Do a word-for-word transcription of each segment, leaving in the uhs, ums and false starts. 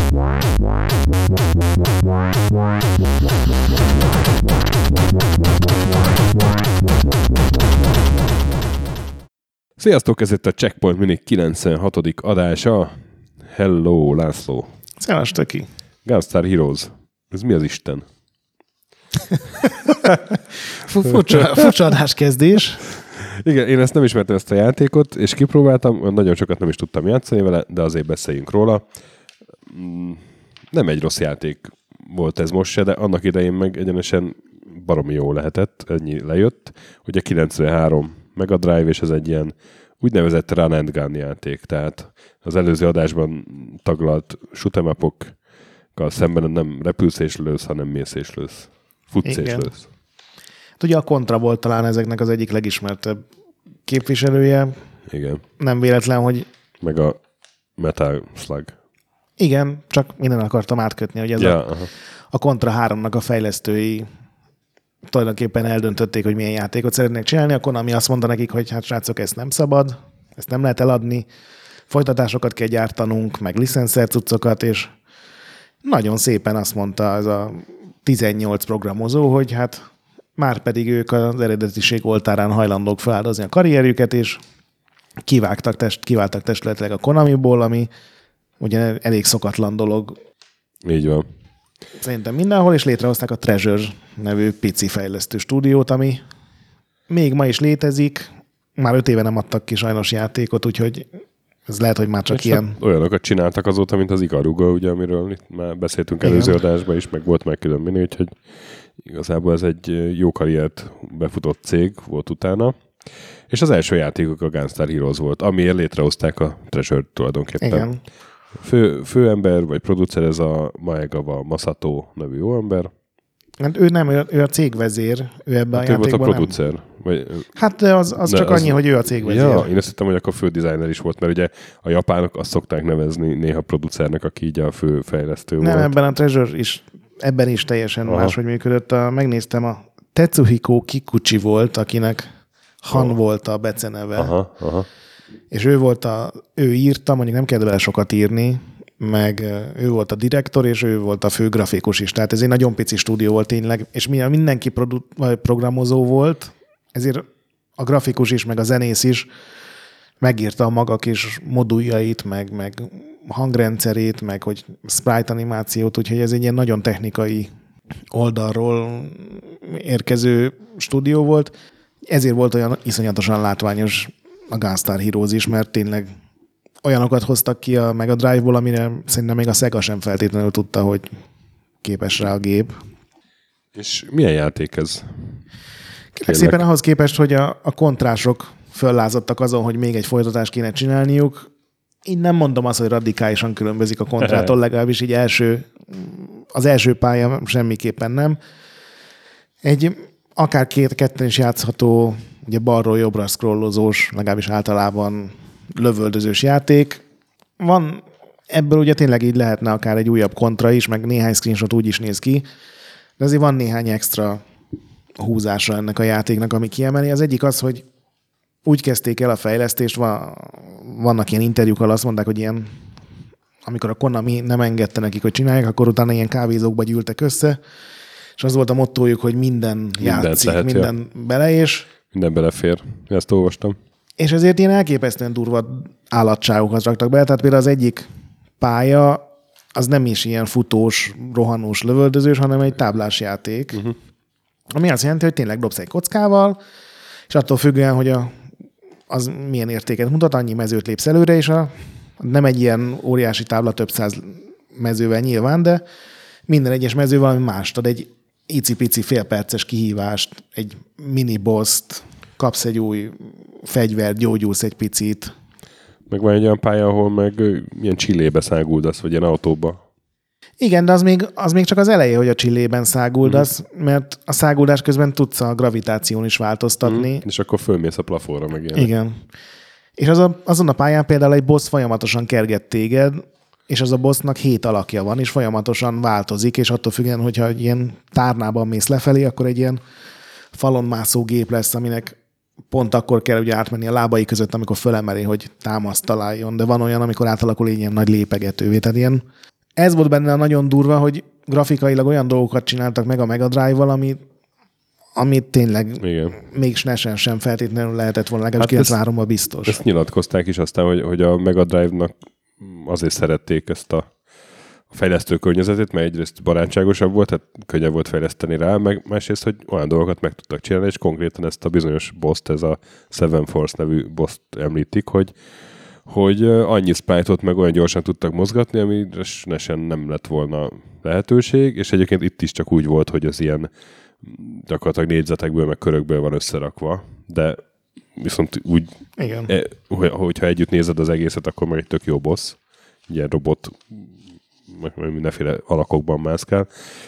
Sziasztok, ez itt a Checkpoint Mini kilencvenhatodik adása. Hello, László. Sziasztok Töki. Gunstar Heroes. Ez mi az Isten? Furcsa, furcsa adáskezdés. Igen, én ezt nem ismertem, ezt a játékot, és kipróbáltam, nagyon sokat nem is tudtam játszani vele, de azért beszéljünk róla. Nem egy rossz játék volt ez most se, de annak idején meg egyenesen baromi jó lehetett, ennyi lejött. Ugye kilencvenhárom Mega Drive, és ez egy ilyen úgynevezett run and gun játék, tehát az előző adásban taglalt shoot'em up-okkal szemben nem repülsz és lősz, hanem mész és lősz. Futsz és lősz. Ugye a Contra volt talán ezeknek az egyik legismertebb képviselője. Igen. Nem véletlen, hogy... Meg a Metal Slug. Igen, csak minden akartam átkötni, hogy ez ja, a, a Contra háromnak a fejlesztői tulajdonképpen eldöntötték, hogy milyen játékot szeretnék csinálni, akkor Konami azt mondta nekik, hogy hát srácok, ezt nem szabad, ezt nem lehet eladni, folytatásokat kell gyártanunk, meg licenszer cuccokat, és nagyon szépen azt mondta ez a tizennyolc programozó, hogy hát már pedig ők az eredetiség oltárán hajlandók feláldozni a karrierjüket, és kivágtak, test, kiváltak testületileg a Konamiból, ami ugye elég szokatlan dolog. Így van. Szerintem mindenhol, és létrehozták a Treasure nevű pici fejlesztő stúdiót, ami még ma is létezik. Már öt éve nem adtak ki sajnos játékot, úgyhogy ez lehet, hogy már csak és ilyen... Olyanokat csináltak azóta, mint az Ikaruga, ugye, amiről itt már beszéltünk előző adásban is, meg volt meg külön minő, úgyhogy igazából ez egy jó karriert befutott cég volt utána. És az első játékok a Gunstar Heroes volt, amiért létrehozták a Treasure tulajdonképpen. Igen. Fő, főember, vagy producer ez a Maegawa Masato nevű jó ember. Hát ő nem, ő a cégvezér, ő ebben hát a játékban volt a producer. Vagy, hát az, az csak az, annyi, hogy ő a cégvezér. Ja, én azt hittem, hogy akkor fő designer is volt, mert ugye a japánok azt szokták nevezni néha producernek, aki így a fő fejlesztő nem, volt. Nem, ebben a Treasure is, ebben is teljesen Aha. máshogy működött. A, megnéztem, a Tetsuhiko Kikuchi volt, akinek Han aha. volt a beceneve. Aha, aha. És ő volt a, ő írta, mondjuk nem kellett vele sokat írni, meg ő volt a direktor, és ő volt a fő grafikus is. Tehát ez egy nagyon pici stúdió volt tényleg, és mivel mindenki produ- vagy programozó volt, ezért a grafikus is, meg a zenész is megírta a maga kis moduljait, meg, meg hangrendszerét, meg hogy sprite animációt, úgyhogy ez egy ilyen nagyon technikai oldalról érkező stúdió volt. Ezért volt olyan iszonyatosan látványos a Gunstar Heroes is, mert tényleg olyanokat hoztak ki a Mega Drive-ból, amire szerintem még a Sega sem feltétlenül tudta, hogy képes rá a gép. És milyen játék ez? Kérlek szépen ahhoz képest, hogy a, a kontrások föllázadtak azon, hogy még egy folytatást kéne csinálniuk. Én nem mondom azt, hogy radikálisan különbözik a kontrától, legalábbis így első, az első pálya semmiképpen nem. Egy akár két ketten is játszható, ugye balról jobbra scrollozós, legalábbis általában lövöldözős játék. Van, ebből ugye tényleg így lehetne akár egy újabb kontra is, meg néhány screenshot úgy is néz ki, de azért van néhány extra húzása ennek a játéknak, ami kiemeli. Az egyik az, hogy úgy kezdték el a fejlesztést, van, vannak ilyen interjúk, ahol azt mondták, hogy ilyen, amikor a Konami nem engedte nekik, hogy csinálják, akkor utána ilyen kávézókba gyűltek össze, és az volt a mottójuk, hogy minden Mindent játszik, lehet, minden ja. bele, és... Minden belefér. Ezt olvastam. És ezért ilyen elképesztően durva állatságokat raktak bele. Tehát például az egyik pálya, az nem is ilyen futós, rohanós, lövöldözős, hanem egy táblás játék. Uh-huh. Ami azt jelenti, hogy tényleg dobsz egy kockával, és attól függően, hogy a, az milyen értéket mutat, annyi mezőt lépsz előre, és a, nem egy ilyen óriási tábla több száz mezővel nyilván, de minden egyes mező valami mást ad, egy icipici félperces kihívást, egy mini-bosst, kapsz egy új fegyvert, gyógyulsz egy picit. Meg van egy olyan pálya, ahol meg ilyen Chillébe száguldasz, vagy ilyen autóba. Igen, de az még, az még csak az eleje, hogy a Chillében száguldasz, mm. mert a száguldás közben tudsz a gravitáción is változtatni. Mm. És akkor fölmész a plafonra meg ilyen. Igen. És az a, azon a pályán például egy boss folyamatosan kerget téged, és az a bossnak hét alakja van, és folyamatosan változik, és attól függően, hogyha ilyen tárnában mész lefelé, akkor egy ilyen falon mászó gép lesz, aminek pont akkor kell ugye átmenni a lábai között, amikor fölemeli, hogy támaszt találjon, de van olyan, amikor átalakul egy ilyen nagy lépegetővé. Tehát ilyen ez volt benne a nagyon durva, hogy grafikailag olyan dolgokat csináltak meg a Mega Drive-val, ami, amit tényleg Igen. még es en es-en sem feltétlenül lehetett volna, legalábbis hát kilencvenháromban biztos. Ezt nyilatkozták is aztán, hogy, hogy a Mega Drive-nak azért szerették ezt a a fejlesztő környezetét, mert egyrészt barátságosabb volt, tehát könnyebb volt fejleszteni rá, meg másrészt, hogy olyan dolgokat meg tudtak csinálni, és konkrétan ezt a bizonyos boss-t, ez a Seven Force nevű boss-t említik, hogy, hogy annyi sprite-ot meg olyan gyorsan tudtak mozgatni, amire nesen nem lett volna lehetőség, és egyébként itt is csak úgy volt, hogy az ilyen gyakorlatilag négyzetekből, meg körökből van összerakva, de viszont úgy, Igen. E, hogyha együtt nézed az egészet, akkor meg egy tök jó boss, ilyen robot meg mindenféle alakokban mászkál.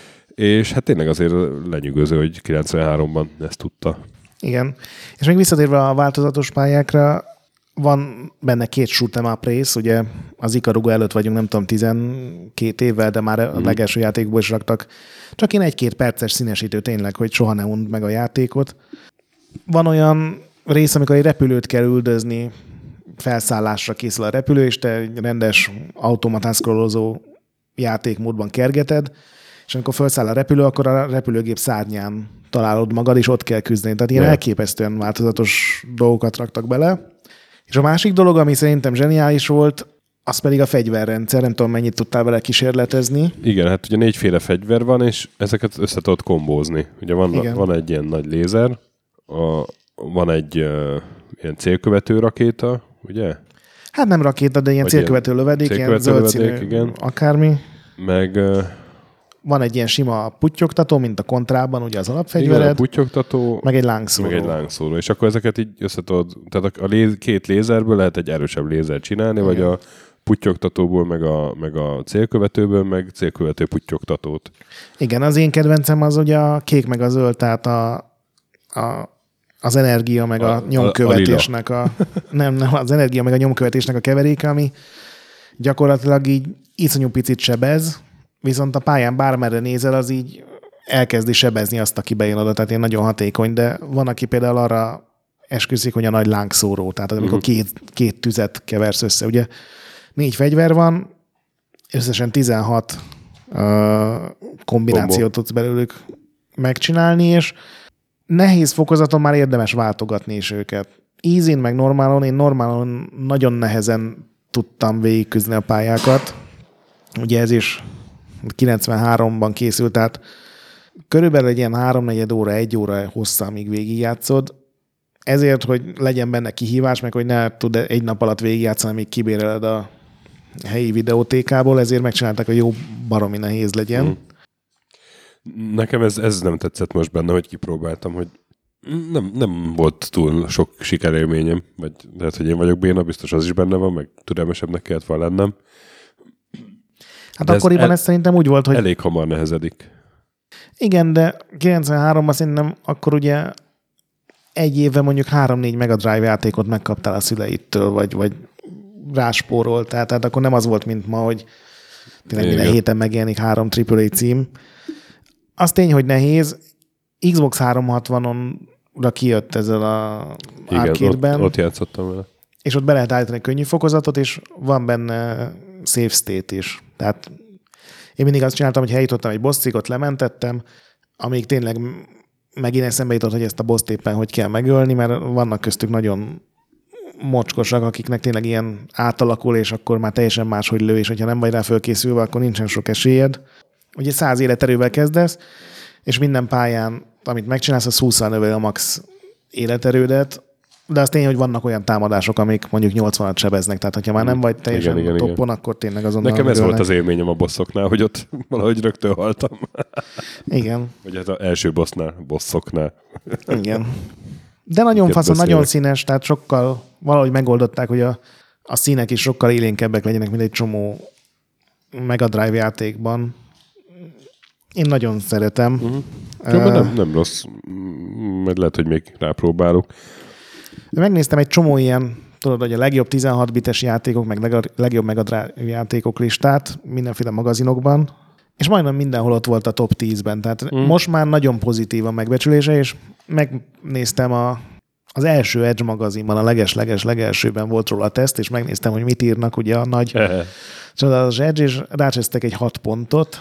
És hát tényleg azért lenyűgöző, hogy kilencvenháromban ezt tudta. Igen. És még visszatérve a változatos pályákra, van benne két shoot'em up rész, ugye az Ikaruga előtt vagyunk, nem tudom, tizenkét évvel, de már a mm. legelső játékból is raktak. Csak én egy-két perces színesítő tényleg, hogy soha ne undd meg a játékot. Van olyan rész, amikor egy repülőt kell üldözni, felszállásra készül a repülő, és te egy rendes automatán scrollozó játékmódban kergeted, és amikor felszáll a repülő, akkor a repülőgép szárnyán találod magad, és ott kell küzdeni. Tehát ilyen yeah. elképesztően változatos dolgokat raktak bele. És a másik dolog, ami szerintem zseniális volt, az pedig a fegyverrendszer. Nem tudom, mennyit tudtál vele kísérletezni. Igen, hát ugye négyféle fegyver van, és ezeket össze tudod kombózni. Ugye van, van egy ilyen nagy lézer, a, van egy uh, ilyen célkövető rakéta, ugye? Hát nem rakéta, de ilyen Vagy célkövető lövedék, célkövető ilyen zöld színű, igen. akármi. Meg... Uh, van egy ilyen sima puttyogtató, mint a kontrában, ugye az alapfegyvered. Igen, a puttyogtató. Meg egy lángszóró. Meg egy lángszóró. És akkor ezeket így össze tudod, tehát a léz, két lézerből lehet egy erősebb lézer csinálni, igen. vagy a puttyogtatóból, meg a, meg a célkövetőből, meg célkövető puttyogtatót. Igen, az én kedvencem az ugye a kék meg a zöld, tehát a, a az energia meg a, a nyomkövetésnek a, a nem, nem, az energia meg a nyomkövetésnek a keveréke, ami gyakorlatilag így iszonyú picit sebez, viszont a pályán bármerre nézel, az így elkezdi sebezni azt, aki bejön oda, tehát ilyen nagyon hatékony, de van, aki például arra esküszik, hogy a nagy lángszóró, tehát amikor uh-huh. két, két tüzet keversz össze. Ugye négy fegyver van, összesen tizenhat uh, kombinációt Bombo. tudsz belőlük megcsinálni, és nehéz fokozaton már érdemes váltogatni is őket. Easy-n meg normálon, én normálon nagyon nehezen tudtam végigküzdeni a pályákat. Ugye ez is kilencvenháromban készült, tehát körülbelül egy ilyen háromnegyed óra, egy óra hosszá, amíg végigjátszod. Ezért, hogy legyen benne kihívás, meg hogy ne tud egy nap alatt végigjátszani, amíg kibéreled a helyi videótékából, ezért megcsinálták, hogy jó baromi nehéz legyen. Mm. Nekem ez, ez nem tetszett most benne, hogy kipróbáltam, hogy nem, nem volt túl sok sikerélményem, vagy lehet, hogy én vagyok béna, biztos az is benne van, meg türelmesebbnek kellett volna lennem. Hát de akkoriban ez, el, ez szerintem úgy volt, hogy... Elég hamar nehezedik. Igen, de kilencvenháromban szerintem akkor ugye egy évvel mondjuk három-négy Mega Drive játékot megkaptál a szüleittől, vagy, vagy ráspórolt, tehát, tehát akkor nem az volt, mint ma, hogy tényleg minden héten megjelenik három á á á cím. Az tény, hogy nehéz. Xbox háromszázhatvanonra kijött ezzel a arcade-ben. Ott, ott játszottam vele. És ott be lehet állítani könnyű fokozatot, és van benne save state is. Tehát én mindig azt csináltam, hogy eljutottam egy boss cigot, lementettem, amíg tényleg megint eszembe jutott, hogy ezt a boss éppen hogy kell megölni, mert vannak köztük nagyon mocskosak, akiknek tényleg ilyen átalakul, és akkor már teljesen máshogy lő, és hogyha nem vagy rá fölkészülve, akkor nincsen sok esélyed. Ugye száz életerővel kezdesz, és minden pályán, amit megcsinálsz, az hússzal növeli a max életerődet, de az tény, hogy vannak olyan támadások, amik mondjuk nyolcvanat sebeznek, tehát hogyha már nem vagy teljesen igen, igen, toppon, igen. akkor tényleg azonnal Nekem ez megölnek. Volt az élményem a bosszoknál, hogy ott valahogy rögtön haltam. Igen. Vagy hát az első bossnál, bosszoknál. Igen. De nagyon Két faszon, nagyon színes, tehát sokkal valahogy megoldották, hogy a, a színek is sokkal élénkebbek legyenek, mint egy csomó Mega Drive játékban. Én nagyon szeretem. Uh-huh. Uh, nem, nem rossz, mert lehet, hogy még rápróbálok. Megnéztem egy csomó ilyen, tudod, hogy a legjobb tizenhat bites játékok, meg leg, legjobb Mega Drive játékok listát mindenféle magazinokban, és majdnem mindenhol ott volt a top tízben. Tehát uh-huh. most már nagyon pozitív a megbecsülése, és megnéztem a az első Edge magazinban, a leges-leges legelsőben volt róla a teszt, és megnéztem, hogy mit írnak ugye a nagy csodálatos Edge, és rácsesztek egy hat pontot.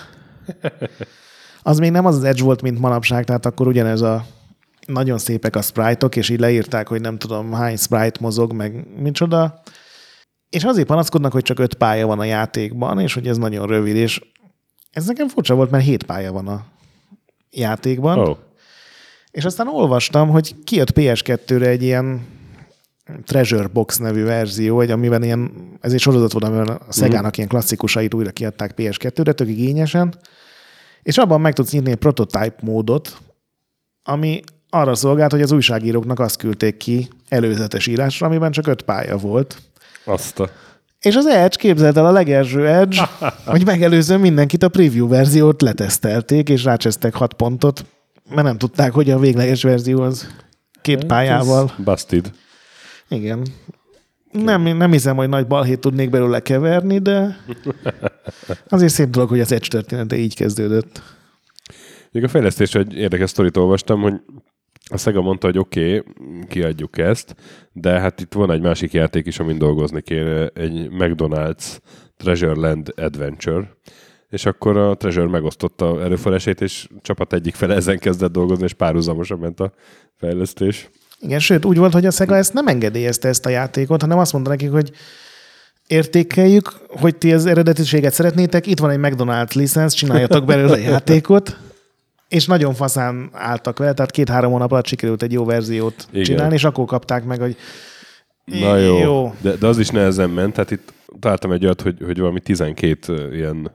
Az még nem az az Edge volt, mint manapság, tehát akkor ugyanez a nagyon szépek a sprite-ok, és így leírták, hogy nem tudom hány sprite mozog, meg micsoda. És azért panaszkodnak, hogy csak öt pálya van a játékban, és hogy ez nagyon rövid, és ez nekem furcsa volt, mert hét pálya van a játékban. Oh. És aztán olvastam, hogy kijött pé es kettőre egy ilyen Treasure Box nevű verzió, egy, amiben ilyen, ez egy sorozat volt, amiben a Szegának mm. ilyen klasszikusait újra kiadták pé es kettőre, tök igényesen, és abban meg tudsz nyitni egy prototype módot, ami arra szolgált, hogy az újságíróknak azt küldték ki előzetes írásra, amiben csak öt pálya volt. Azt a... És az Edge, képzeld el, a legelső Edge, hogy megelőzően mindenkit a preview verziót letesztelték, és rácsesztek hat pontot, mert nem tudták, hogy a végleges verzió az két pályával. Busted. Igen. Nem, nem hiszem, hogy nagy balhét tudnék belőle keverni, de azért szép dolog, hogy az Edge története így kezdődött. Még a fejlesztésre egy érdekes sztorit olvastam, hogy a Sega mondta, hogy oké, okay, kiadjuk ezt, de hát itt van egy másik játék is, amin dolgozni kéne, egy McDonald's Treasure Land Adventure, és akkor a Treasure megosztotta erőforrásait, és a csapat egyik fele ezen kezdett dolgozni, és párhuzamosan ment a fejlesztés. Igen, sőt, úgy volt, hogy a Sega ezt nem engedélyezte ezt a játékot, hanem azt mondta nekik, hogy értékeljük, hogy ti az eredetiséget szeretnétek, itt van egy McDonald's licensz, csináljatok belőle a játékot, és nagyon faszán álltak vele, tehát két-három hónap alatt sikerült egy jó verziót Igen. csinálni, és akkor kapták meg, hogy Na jó, jó. De, de az is nehezen ment, tehát itt találtam egy olyat, hogy, hogy valami tizenkét ilyen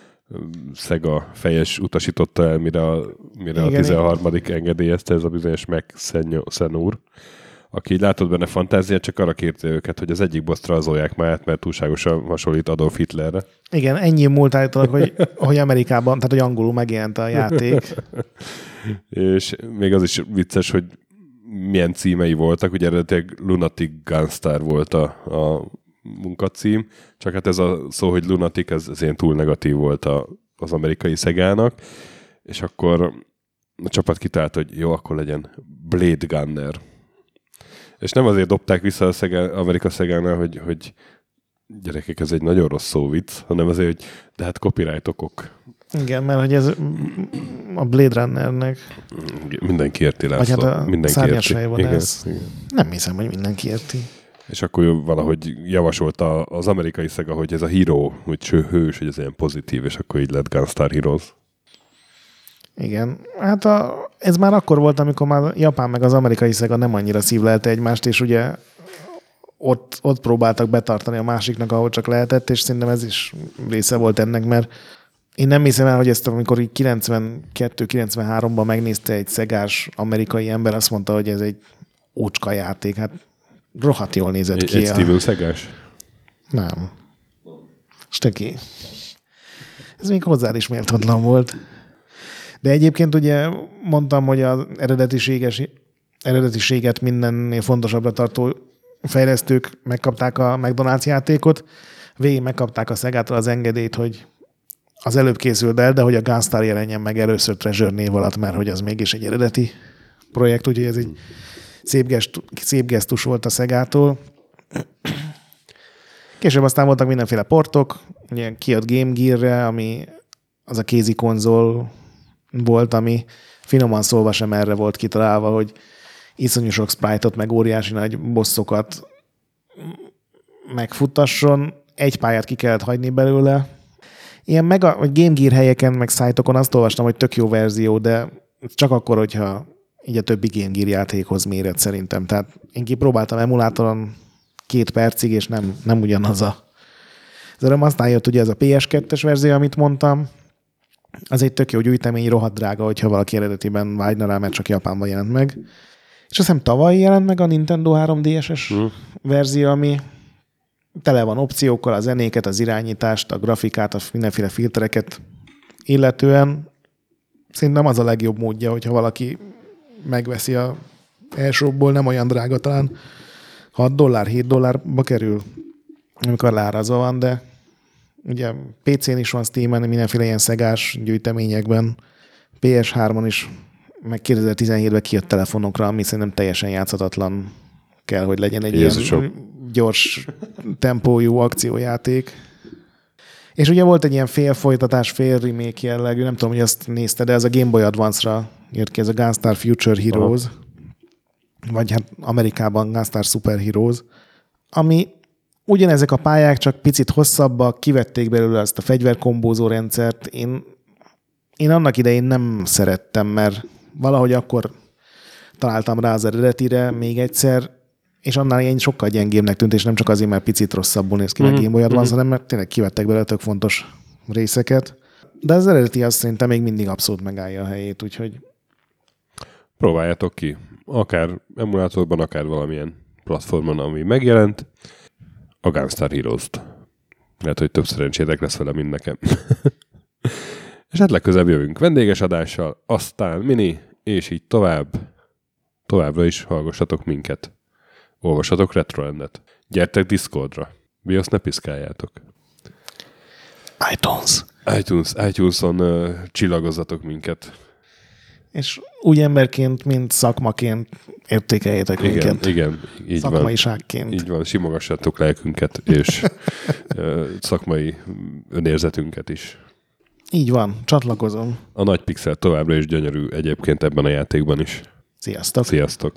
Sega fejes utasította el, mire a, mire Igen, a tizenharmadik engedélyezte ez a bizonyos Mac Senur, aki így látott benne fantáziát, csak arra kérte őket, hogy az egyik boszt rajzolják már át, mert túlságosan hasonlít Adolf Hitlerre. Igen, ennyi múlt állítólag, hogy, hogy Amerikában, tehát hogy angolul megjelent a játék. És még az is vicces, hogy milyen címei voltak, ugye eredetileg Lunatic Gunstar volt a, a munkacím, csak hát ez a szó, hogy Lunatic, ez, ez ilyen túl negatív volt a, az amerikai Szegának, és akkor a csapat kitalált, hogy jó, akkor legyen Blade Gunner. És nem azért dobták vissza a Szegá, Amerika Szegánál, hogy, hogy gyerekek, ez egy nagyon rossz szóvic, hanem azért, hogy de hát copyright okok. Igen, mert hogy ez a Blade Runnernek... Mindenki érti, László. Vagy hát a mindenki szárnyas fejban ez. Igen. Nem hiszem, hogy mindenki érti. És akkor valahogy javasolta az amerikai Sega, hogy ez a hero, hogy hős, hogy ez ilyen pozitív, és akkor így lett Gunstar Heroes. Igen. Hát a, ez már akkor volt, amikor már Japán meg az amerikai Sega nem annyira szívlelte egymást, és ugye ott, ott próbáltak betartani a másiknak, ahol csak lehetett, és szerintem ez is része volt ennek, mert én nem hiszem el, hogy ezt amikor kilencvenkettő kilencvenháromban megnézte egy szegás amerikai ember, azt mondta, hogy ez egy ócska játék. Hát rohadt jól nézett egy, ki. Egy Steven Szegás? Nem. Stöki. Ez még hozzá is méltatlan volt. De egyébként ugye mondtam, hogy az eredetiséges, eredetiséget mindennél fontosabbra tartó fejlesztők megkapták a McDonald's játékot, végig megkapták a Szegától az engedélyt, hogy az előbb készült el, de hogy a Gunstar jelenjen meg először Treasure név alatt, mert hogy az mégis egy eredeti projekt, úgyhogy ez egy szép, gesztus, szép gesztus volt a Szegától. Később aztán voltak mindenféle portok, ugye kijött Game Gear-re, ami az a kézi konzol volt, ami finoman szólva sem erre volt kitalálva, hogy iszonyú sok sprite-ot, meg óriási nagy bosszokat megfuttasson. Egy pályát ki kellett hagyni belőle. Ilyen mega, vagy Game Gear helyeken, meg szájtokon azt olvastam, hogy tök jó verzió, de csak akkor, hogyha így a többi Game Gear játékhoz méret szerintem. Tehát én kipróbáltam emulátoron két percig, és nem, nem ugyanaz a... Az öröm aztán jött ugye ez a pé es kettes verzió, amit mondtam. Az egy tök jó gyűjtemény, rohadt drága, hogyha valaki eredetiben vágyna rá, mert csak Japánban jelent meg. És azt hiszem tavaly jelent meg a Nintendo három dé es-es mm. verzió, ami tele van opciókkal, a zenéket, az irányítást, a grafikát, a mindenféle filtereket illetően. Szerintem az a legjobb módja, hogyha valaki megveszi a e-shopból, nem olyan drága, talán hat dollár, hét dollárba kerül, amikor leárazva van, de ugye pé cén is van, Steamen, mindenféle ilyen szegás gyűjteményekben, pé es hármon is meg kétezer-tizenhétben kijött telefonokra, ami szerintem teljesen játszhatatlan kell, hogy legyen egy Jézusom. Ilyen gyors tempójú akciójáték. És ugye volt egy ilyen fél folytatás, fél remake jellegű, nem tudom, hogy azt nézte, de ez a Game Boy Advance-ra jött ki, ez a Gunstar Future Heroes, aha. vagy hát Amerikában Gunstar Super Heroes, ami ugyanezek a pályák, csak picit hosszabbak, kivették belőle ezt a fegyverkombózó rendszert. Én, én annak idején nem szerettem, mert valahogy akkor találtam rá az eredetire még egyszer, és annál ilyen sokkal gyengébbnek tűnt, és nem csak azért, mert picit rosszabbul néz ki mm-hmm. meg Game Boy Advance, hanem mert tényleg kivettek belőle tök fontos részeket. De az eredeti az szerintem még mindig abszolút megállja a helyét, úgyhogy... Próbáljátok ki. Akár emulátorban, akár valamilyen platformon, ami megjelent, a Gunstar Heroes-t. Lehet, hogy több szerencsétek lesz vele, mint nekem. És hát legközelebb jövünk vendéges adással, aztán mini, és így tovább. Továbbra is hallgassatok minket. Olvassatok Retrolandet. Gyertek Discordra. BIOS ne piszkáljátok. iTunes. iTunes, iTunes-on uh, csillagozzatok minket. És úgy emberként, mint szakmaként értékeljétek igen, minket. Igen, így szakmaiságként. van. Így van, simogassátok lelkünket, és uh, szakmai önérzetünket is. Így van, csatlakozom. A nagy pixel továbbra is gyönyörű egyébként ebben a játékban is. Sziasztok! Sziasztok!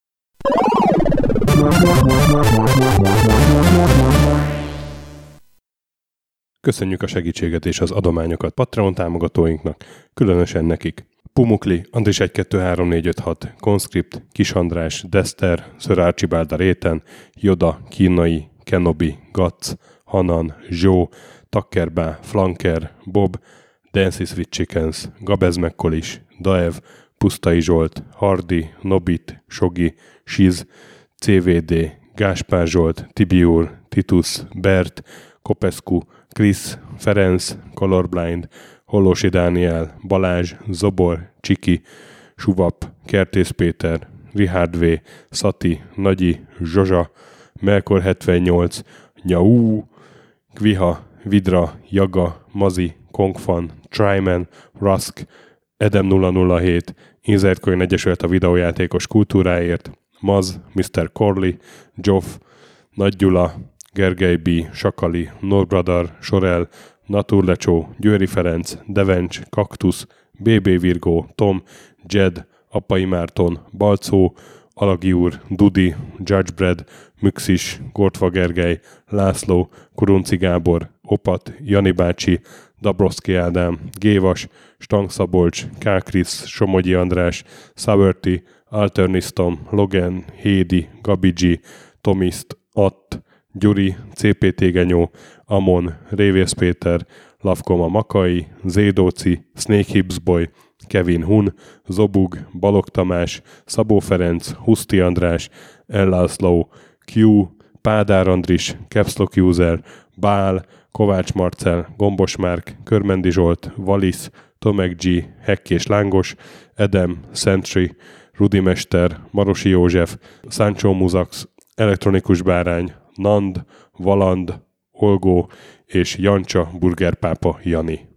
Köszönjük a segítséget és az adományokat Patreon támogatóinknak, különösen nekik. Pumukli, Andris egy kettő három négy öt hat, Conscript, Kis András, Dester, Sir Archibald a Réten, Yoda, Kínai, Kenobi, Gatz, Hanan, Zsó, Takkerbá, Flanker, Bob, Dancy Sweet Chickens, Gabez Mekkolis, Daev, Pusztai Zsolt, Hardi, Nobit, Sogi, Siz, cé vé dé, Gáspár Zsolt, Tibiur, Titus, Bert, Kopescu, Krisz, Ferenc, Colorblind, Hollósi Dániel, Balázs, Zobor, Csiki, Suvap, Kertész Péter, Richard V, Szati, Nagyi, Zsozsa, Melkor hetvennyolc, Nyau, Kviha, Vidra, Jaga, Mazi, Kongfan, Tryman, Rusk, Edem nulla nulla hét, Insert Coin Egyesület a videójátékos kultúráért, Maz, miszter Corley, Joff, Nagy Gyula, Gergely B., Sakali, Norbradar, Sorel, Naturlecsó, Győri Ferenc, Devencs, Kaktusz, bé bé Virgó, Tom, Jed, Appai Márton, Balcó, Alagi úr, Dudi, Judgebred, Müxis, Gortva Gergely, László, Kurunci Gábor, Opat, Jani bácsi, Dabrowski Ádám, Gévas, Stangszabolcs, Kákris, Somogyi András, Saverti, Alternisztom, Logan, Hédi, Gabigi, Tomiszt, Att, Gyuri, cé pé té Genyó, Amon, Révész Péter, Lavkoma Makai, Zédóci, Snake Hips Boy, Kevin Hun, Zobug, Balog Tamás, Szabó Ferenc, Huszti András, Ellászló, Q, Pádár Andris, Capslock User, Bál, Kovács Marcel, Gombos Márk, Körmendi Zsolt, Valisz, Tomek G, Hekkés Lángos, Edem, Sentry, Rudimester, Marosi József, Sancho Muzax, Elektronikus Bárány, Nand, Valand, Olgó és Jancsa Burgerpápa Jani.